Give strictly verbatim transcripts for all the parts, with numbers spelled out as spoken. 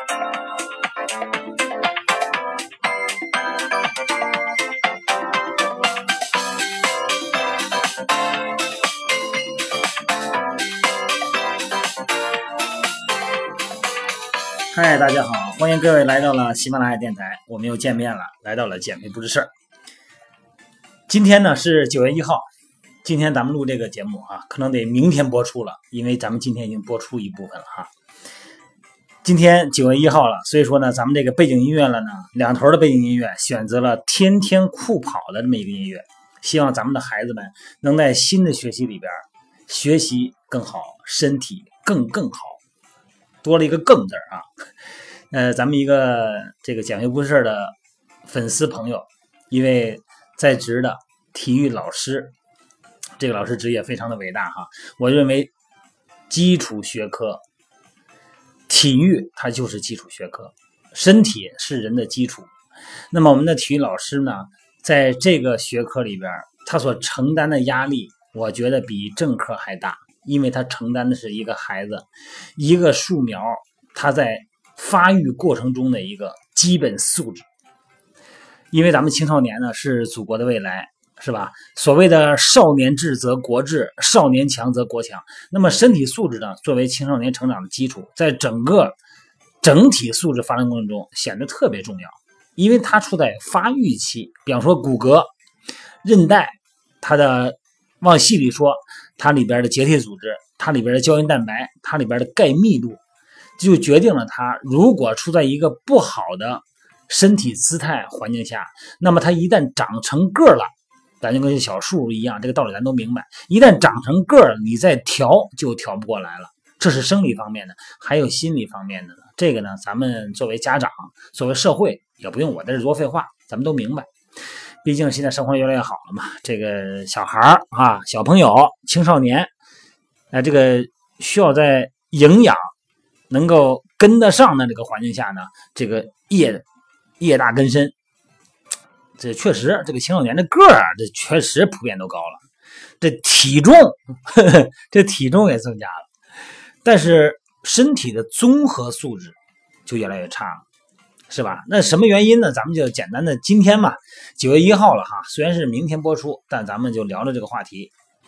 嗨，大家好，欢迎各位来到了喜马拉雅电台，我们又见面了，来到了减肥不是事儿。今天呢是九月一号，今天咱们录这个节目啊，可能得明天播出了，因为咱们今天已经播出一部分了哈。今天九月一号了，所以说呢，咱们这个背景音乐了呢，两头的背景音乐选择了天天酷跑的这么一个音乐，希望咱们的孩子们能在新的学习里边学习更好，身体更更好。多了一个更字啊，呃，咱们一个这个减肥不是事儿的粉丝朋友，一位在职的体育老师，这个老师职业非常的伟大哈。我认为基础学科，体育它就是基础学科，身体是人的基础。那么我们的体育老师呢，在这个学科里边，他所承担的压力，我觉得比正科还大。因为他承担的是一个孩子，一个树苗，他在发育过程中的一个基本素质。因为咱们青少年呢是祖国的未来，是吧？所谓的少年智则国智，少年强则国强。那么身体素质呢，作为青少年成长的基础，在整个整体素质发展过程中显得特别重要。因为它处在发育期，比方说骨骼、韧带，它的往细里说，它里边的结缔组织，它里边的胶原蛋白，它里边的钙密度，就决定了它如果处在一个不好的身体姿态环境下，那么它一旦长成个了，咱就跟小树一样，这个道理咱都明白，一旦长成个了，你再调就调不过来了。这是生理方面的，还有心理方面的。这个呢，咱们作为家长，作为社会，也不用我在这多废话，咱们都明白。毕竟现在生活越来越好了嘛，这个小孩啊、小朋友、青少年，呃，这个需要在营养能够跟得上的这个环境下呢，这个叶叶大根深，这确实这个青少年的个儿，这确实普遍都高了，这体重，呵呵这体重也增加了，但是身体的综合素质就越来越差了。是吧？那什么原因呢？咱们就简单的今天嘛，九月一号了哈，虽然是明天播出，但咱们就聊聊这个话题。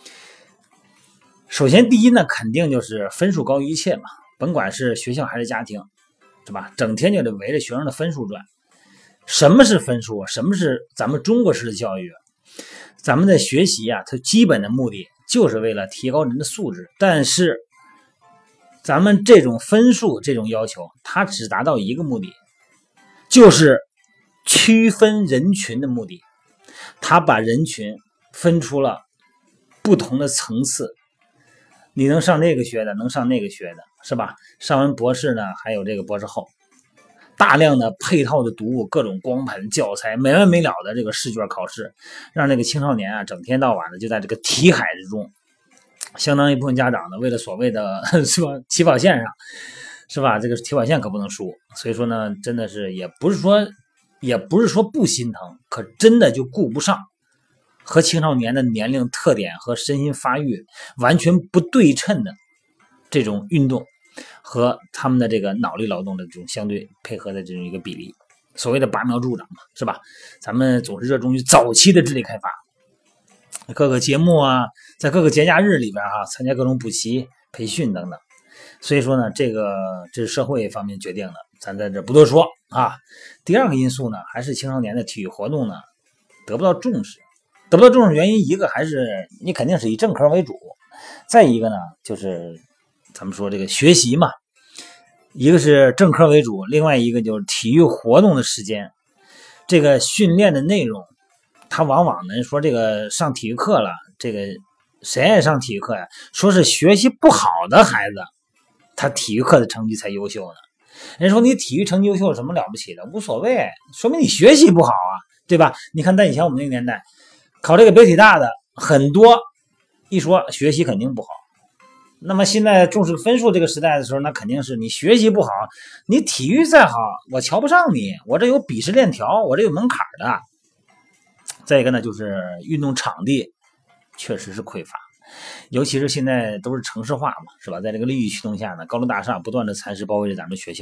首先第一呢，肯定就是分数高于一切嘛，甭管是学校还是家庭，是吧？整天就得围着学生的分数转。什么是分数啊？什么是咱们中国式的教育？咱们的学习啊，它基本的目的就是为了提高人的素质，但是咱们这种分数这种要求，它只达到一个目的，就是区分人群的目的。他把人群分出了不同的层次，你能上那个学的，能上那个学的，是吧？上完博士呢，还有这个博士后，大量的配套的读物，各种光盘教材，没完没了的这个试卷考试，让这个青少年啊，整天到晚的就在这个题海之中。相当一部分家长呢，为了所谓的是吧起跑线上，是吧？这个起跑线可不能输，所以说呢，真的是也不是说，也不是说不心疼，可真的就顾不上，和青少年的年龄特点和身心发育完全不对称的这种运动和他们的这个脑力劳动的这种相对配合的这种一个比例。所谓的拔苗助长嘛，是吧？咱们总是热衷于早期的智力开发，各个节目啊，在各个节假日里边哈、啊，参加各种补习、培训等等。所以说呢，这个这是社会方面决定的，咱在这不多说啊。第二个因素呢，还是青少年的体育活动呢得不到重视，得不到重视原因一个还是你肯定是以正科为主，再一个呢就是咱们说这个学习嘛，一个是正科为主，另外一个就是体育活动的时间，这个训练的内容，他往往呢说这个上体育课了，这个谁爱上体育课呀？说是学习不好的孩子，他体育课的成绩才优秀呢。人说你体育成绩优秀有什么了不起的？无所谓，说明你学习不好啊，对吧？你看在以前我们那个年代，考这个北体大的很多，一说学习肯定不好。那么现在重视分数这个时代的时候，那肯定是你学习不好，你体育再好，我瞧不上你，我这有鄙视链条，我这有门槛的。再一个呢，就是运动场地确实是匮乏，尤其是现在都是城市化嘛，是吧？在这个利益驱动下呢，高楼大厦不断的蚕食包围着咱们学校，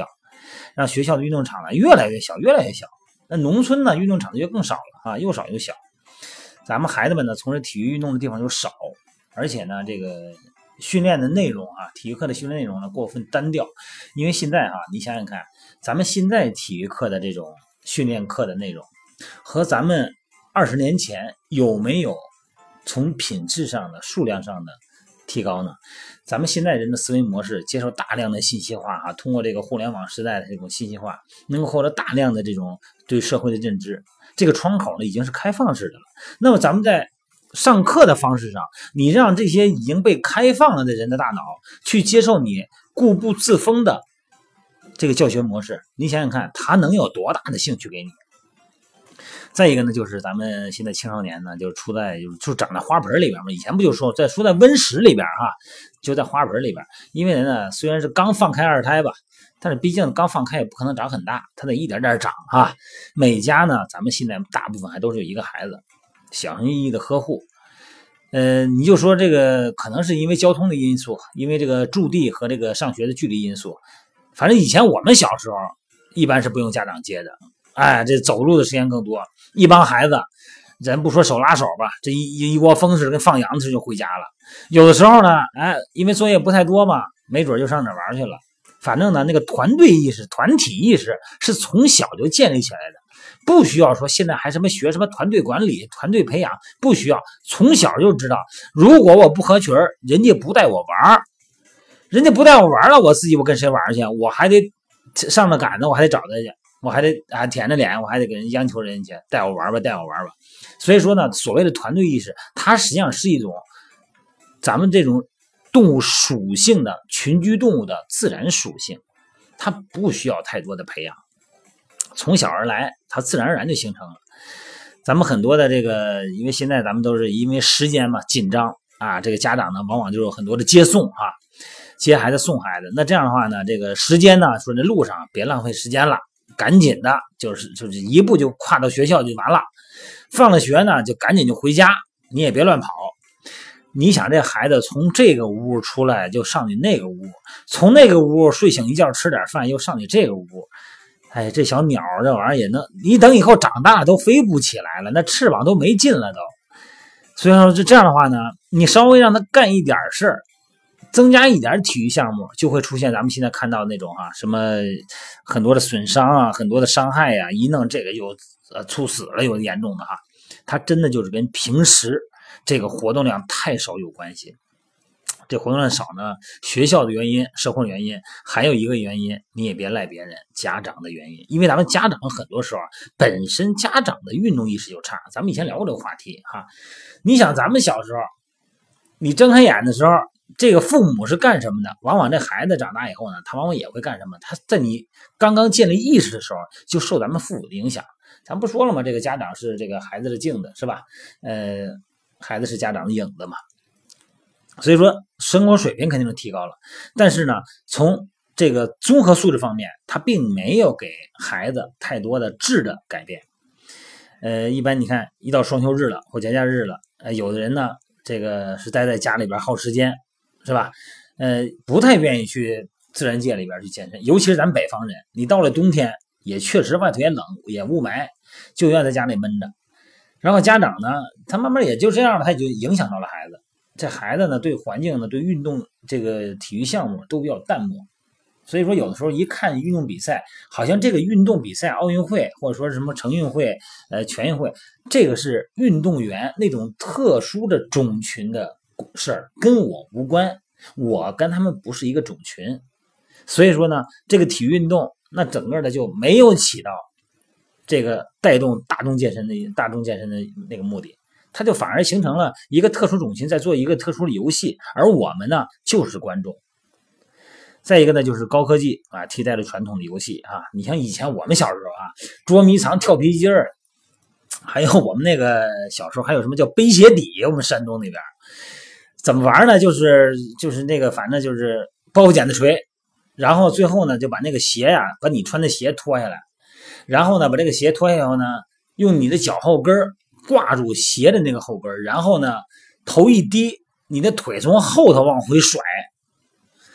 让学校的运动场呢越来越小，越来越小。那农村呢，运动场就更少了啊，又少又小。咱们孩子们呢，从事体育运动的地方就少，而且呢，这个训练的内容啊，体育课的训练内容呢过分单调。因为现在哈、啊，你想想看，咱们现在体育课的这种训练课的内容，和咱们二十年前有没有从品质上的、数量上的提高呢？咱们现在人的思维模式接受大量的信息化啊，通过这个互联网时代的这种信息化，能够获得大量的这种对社会的认知。这个窗口呢已经是开放式的了。那么咱们在上课的方式上，你让这些已经被开放了的人的大脑去接受你固步自封的这个教学模式，你想想看，他能有多大的兴趣给你？再一个呢，就是咱们现在青少年呢，就处在就长在花盆里边嘛。以前不就说在说在温室里边哈、啊，就在花盆里边。因为呢，虽然是刚放开二胎吧，但是毕竟刚放开也不可能长很大，它得一点点长啊。每家呢，咱们现在大部分还都是有一个孩子，小心翼翼的呵护。呃，你就说这个可能是因为交通的因素，因为这个驻地和这个上学的距离因素。反正以前我们小时候一般是不用家长接的。哎，这走路的时间更多，一帮孩子，咱不说手拉手吧，这一一窝蜂似的跟放羊似的就回家了。有的时候呢，哎，因为作业不太多嘛，没准就上哪玩去了。反正呢，那个团队意识、团体意识是从小就建立起来的，不需要说现在还什么学什么团队管理、团队培养，不需要，从小就知道，如果我不合群，人家不带我玩，人家不带我玩了，我自己我跟谁玩去？我还得上着赶呢，我还得找他去。我还得啊舔着脸，我还得给人央求人家去带我玩吧，带我玩吧。所以说呢，所谓的团队意识，它实际上是一种咱们这种动物属性的群居动物的自然属性，它不需要太多的培养，从小而来，它自然而然就形成了。咱们很多的这个，因为现在咱们都是因为时间嘛紧张啊，这个家长呢往往就有很多的接送啊，接孩子送孩子。那这样的话呢，这个时间呢，说这路上别浪费时间了。赶紧的，就是就是一步就跨到学校就完了。放了学呢，就赶紧就回家，你也别乱跑。你想这孩子从这个屋出来就上你那个屋，从那个屋睡醒一觉吃点饭又上你这个屋，哎，这小鸟这玩意儿也能，你等以后长大都飞不起来了，那翅膀都没劲了都。所以说就这样的话呢，你稍微让他干一点事儿。增加一点体育项目，就会出现咱们现在看到那种啊，什么很多的损伤啊，很多的伤害呀、啊，一弄这个又呃猝死了，有严重的哈，它真的就是跟平时这个活动量太少有关系。这活动量少呢，学校的原因、社会原因，还有一个原因，你也别赖别人，家长的原因。因为咱们家长很多时候本身家长的运动意识就差，咱们以前聊过这个话题哈。你想咱们小时候，你睁开眼的时候。这个父母是干什么的？往往这孩子长大以后呢，他往往也会干什么？他在你刚刚建立意识的时候，就受咱们父母的影响。咱不说了吗？这个家长是这个孩子的镜子，是吧？呃，孩子是家长的影子嘛。所以说，生活水平肯定是提高了，但是呢，从这个综合素质方面，他并没有给孩子太多的质的改变。呃，一般你看，一到双休日了或节假日了，呃，有的人呢，这个是待在家里边耗时间。是吧？呃，不太愿意去自然界里边去健身，尤其是咱北方人，你到了冬天也确实外头也冷也雾霾，就愿在家里闷着。然后家长呢，他慢慢也就这样了，他就影响到了孩子。这孩子呢，对环境呢，对运动这个体育项目都比较淡漠。所以说，有的时候一看运动比赛，好像这个运动比赛、奥运会或者说什么成运会、呃全运会，这个是运动员那种特殊的种群的。事儿跟我无关，我跟他们不是一个种群，所以说呢，这个体育运动那整个的就没有起到这个带动大众健身的大众健身的那个目的，它就反而形成了一个特殊种群在做一个特殊的游戏，而我们呢就是观众。再一个呢，就是高科技啊替代了传统的游戏啊，你像以前我们小时候啊，捉迷藏、跳皮筋儿，还有我们那个小时候还有什么叫背鞋底，我们山东那边。怎么玩呢？就是就是那个，反正就是包袱剪子锤，然后最后呢就把那个鞋呀、啊，把你穿的鞋脱下来，然后呢把这个鞋脱下来以后呢，用你的脚后跟挂住鞋的那个后跟，然后呢头一低，你的腿从后头往回甩，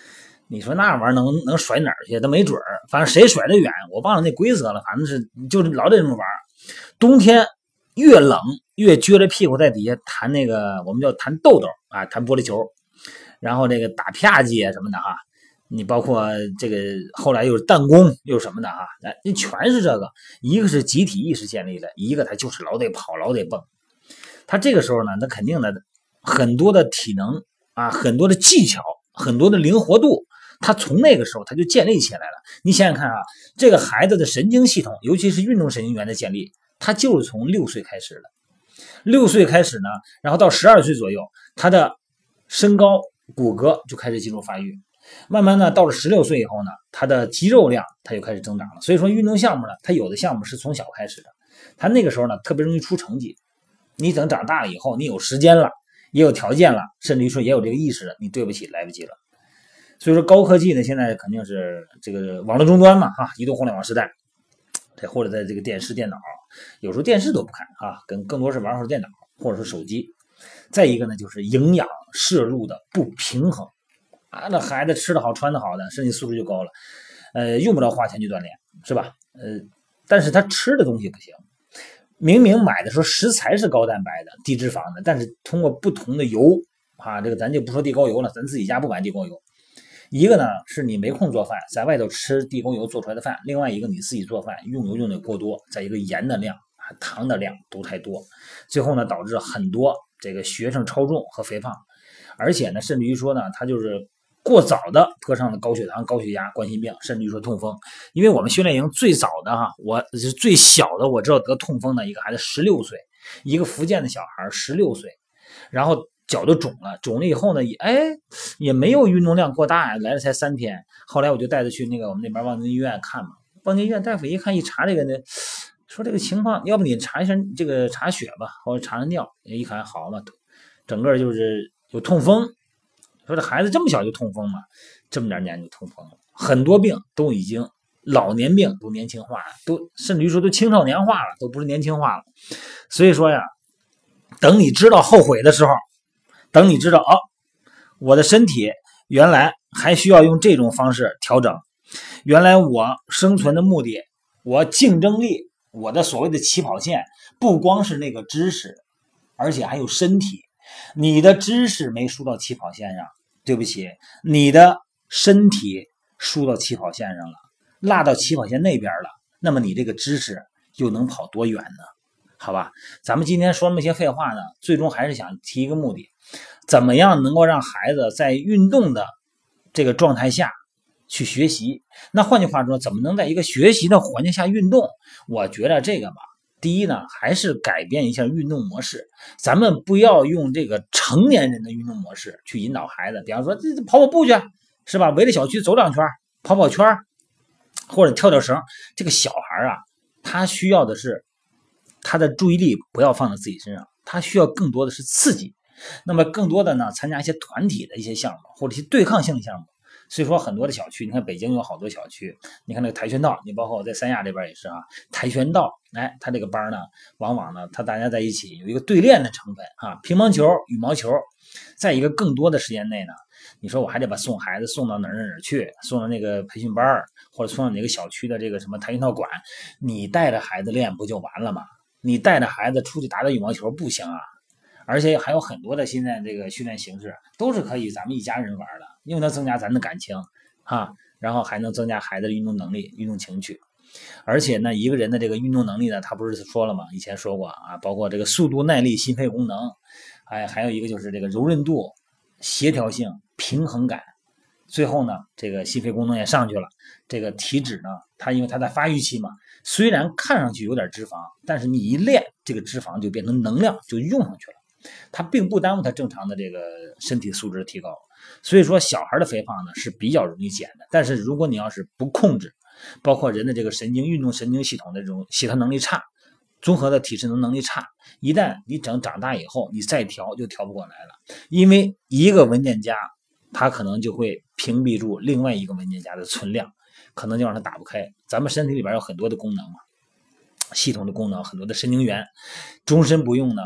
你说那玩意儿能能甩哪儿去？都没准儿，反正谁甩得远，我忘了那规则了。反正是就是老得这么玩。冬天越冷越撅着屁股在底下弹那个我们叫弹豆豆啊，弹玻璃球，然后这个打啪叽啊什么的哈。你包括这个后来又是弹弓又是什么的哈，哎，你全是这个。一个是集体意识建立的，一个他就是老得跑老得蹦。他这个时候呢，他肯定的很多的体能啊，很多的技巧，很多的灵活度，他从那个时候他就建立起来了。你想想看啊，这个孩子的神经系统，尤其是运动神经元的建立，他就是从六岁开始的。六岁开始呢，然后到十二岁左右，他的身高骨骼就开始进入发育。慢慢呢，到了十六岁以后呢，他的肌肉量他就开始增长了。所以说运动项目呢，他有的项目是从小开始的，他那个时候呢特别容易出成绩。你等长大了以后，你有时间了，也有条件了，甚至于说也有这个意识了，你对不起来不及了。所以说高科技呢，现在肯定是这个网络终端嘛，哈，移动互联网时代，或者在这个电视电脑，有时候电视都不看啊，跟更多是玩会儿电脑或者是手机。再一个呢，就是营养摄入的不平衡。啊，那孩子吃得好穿得好的，身体素质就高了，呃，用不着花钱去锻炼，是吧？呃，但是他吃的东西不行，明明买的时候食材是高蛋白的、低脂肪的，但是通过不同的油啊，这个咱就不说地沟油了，咱自己家不买地沟油。一个呢是你没空做饭，在外头吃地沟油做出来的饭；另外一个你自己做饭用油用的过多，再一个盐的量、糖的量都太多，最后呢导致很多这个学生超重和肥胖，而且呢甚至于说呢他就是过早的得上了高血糖、高血压、冠心病，甚至于说痛风。因为我们训练营最早的哈，我是最小的，我知道得痛风的一个孩子十六岁，一个福建的小孩十六岁，然后脚就肿了，肿了以后呢，也哎也没有运动量过大呀，来了才三天。后来我就带他去那个我们那边望京医院看嘛，望京医院大夫一看一查这个呢，说这个情况，要不你查一下这个查血吧，或者查查尿，一看好嘛，整个就是有痛风。说这孩子这么小就痛风嘛，这么点年就痛风了，很多病都已经老年病都年轻化了，都甚至于说都青少年化了，都不是年轻化了。所以说呀，等你知道后悔的时候，等你知道哦，我的身体原来还需要用这种方式调整，原来我生存的目的，我竞争力，我的所谓的起跑线，不光是那个知识，而且还有身体。你的知识没输到起跑线上，对不起，你的身体输到起跑线上了，落到起跑线那边了，那么你这个知识又能跑多远呢？好吧，咱们今天说那么些废话呢，最终还是想提一个目的，怎么样能够让孩子在运动的这个状态下去学习。那换句话说，怎么能在一个学习的环境下运动？我觉得这个吧，第一呢，还是改变一下运动模式。咱们不要用这个成年人的运动模式去引导孩子，比方说这跑跑步去，是吧？围着小区走两圈，跑跑圈，或者跳跳绳。这个小孩啊，他需要的是他的注意力不要放在自己身上，他需要更多的是刺激。那么更多的呢，参加一些团体的一些项目，或者一些对抗性的项目。所以说很多的小区，你看北京有好多小区，你看那个跆拳道，你包括我在三亚这边也是啊，跆拳道，哎，他这个班呢，往往呢，他大家在一起有一个对练的成分啊，乒乓球、羽毛球，在一个更多的时间内呢，你说我还得把送孩子送到哪儿哪儿去，送到那个培训班，或者送到哪个小区的这个什么跆拳道馆，你带着孩子练不就完了吗？你带着孩子出去打打羽毛球不行啊？而且还有很多的现在这个训练形式都是可以咱们一家人玩的，又能增加咱的感情啊，然后还能增加孩子的运动能力、运动情趣。而且呢，一个人的这个运动能力呢，他不是说了吗？以前说过啊，包括这个速度、耐力、心肺功能，哎，还有一个就是这个柔韧度、协调性、平衡感。最后呢，这个心肺功能也上去了。这个体脂呢，它因为它在发育期嘛，虽然看上去有点脂肪，但是你一练，这个脂肪就变成能量，就用上去了。它并不耽误他正常的这个身体素质的提高，所以说小孩的肥胖呢是比较容易减的。但是如果你要是不控制，包括人的这个神经运动神经系统的这种协调能力差，综合的体适能能力差，一旦你整长大以后，你再调就调不过来了。因为一个文件夹，它可能就会屏蔽住另外一个文件夹的存量，可能就让它打不开。咱们身体里边有很多的功能嘛，系统的功能，很多的神经元，终身不用呢。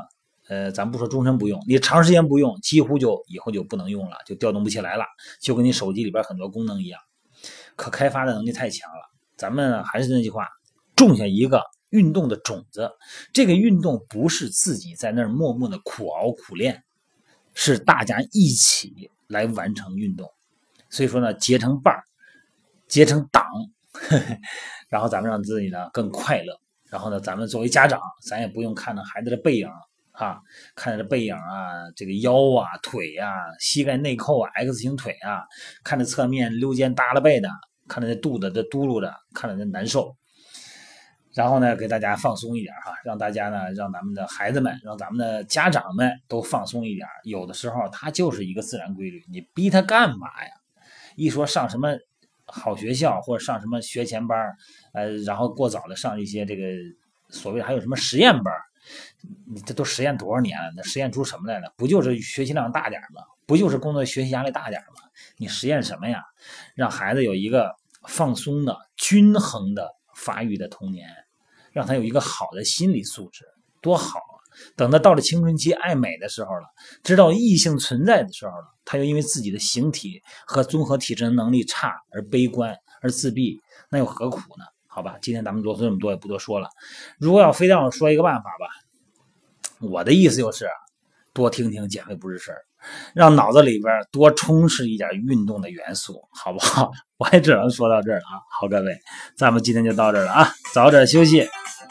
呃，咱不说终身不用，你长时间不用，几乎就以后就不能用了，就调动不起来了，就跟你手机里边很多功能一样，可开发的能力太强了。咱们还是那句话，种下一个运动的种子，这个运动不是自己在那儿默默的苦熬苦练，是大家一起来完成运动。所以说呢，结成伴儿，结成党，呵呵，然后咱们让自己呢更快乐。然后呢，咱们作为家长，咱也不用看着孩子的背影啊，看着背影啊，这个腰啊、腿啊、膝盖内扣啊、X 型腿啊，看着侧面溜肩耷拉背的，看着这肚子这嘟噜的，看着这难受。然后呢，给大家放松一点哈，让大家呢，让咱们的孩子们，让咱们的家长们都放松一点。有的时候它就是一个自然规律，你逼他干嘛呀？一说上什么好学校或者上什么学前班，呃，然后过早的上一些这个所谓还有什么实验班，你这都实验多少年了？那实验出什么来了？不就是学习量大点吗？不就是工作学习压力大点吗？你实验什么呀？让孩子有一个放松的、均衡的发育的童年，让他有一个好的心理素质，多好啊！等他到了青春期爱美的时候了，知道异性存在的时候了，他又因为自己的形体和综合体质能力差而悲观而自闭，那又何苦呢？好吧，今天咱们啰嗦这么多也不多说了。如果要非让我说一个办法吧，我的意思就是多听听减肥不是事儿，让脑子里边多充斥一点运动的元素，好不好？我也只能说到这儿啊。好，各位，咱们今天就到这儿了啊，早点休息。